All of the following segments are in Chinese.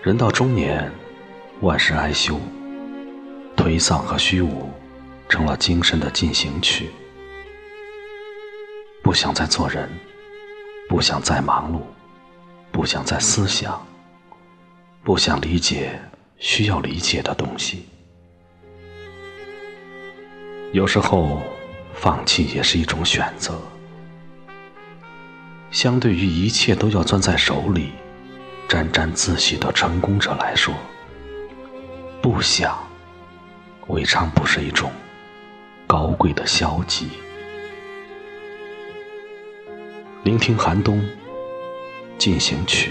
人到中年，万事哀休，颓丧和虚无成了精神的进行曲。不想再做人，不想再忙碌，不想再思想，不想理解需要理解的东西。有时候放弃也是一种选择。相对于一切都要攥在手里沾沾自喜的成功者来说，不想未尝不是一种高贵的消极。聆听寒冬进行曲。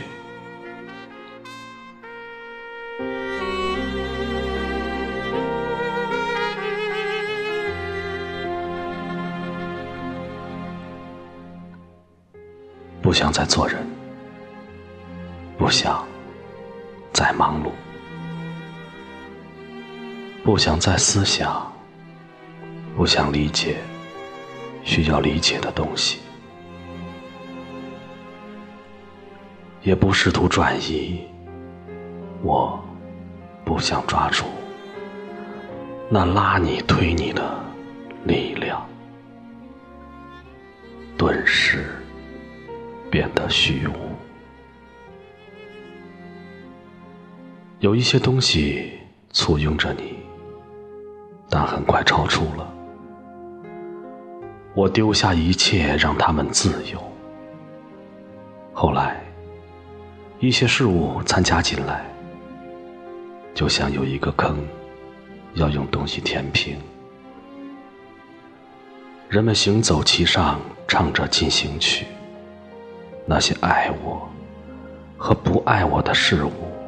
不想再做人，不想再忙碌，不想再思想，不想理解需要理解的东西，也不试图转移。我不想抓住那拉你推你的力量，顿时变得虚无。有一些东西簇拥着你，但很快超出了。我丢下一切让他们自由。后来一些事物参加进来，就像有一个坑要用东西填平。人们行走其上，唱着进行曲。那些爱我和不爱我的事物，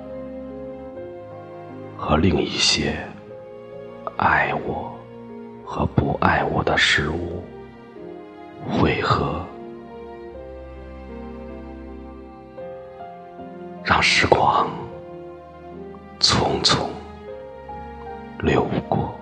和另一些爱我和不爱我的事物汇合，让时光匆匆流过。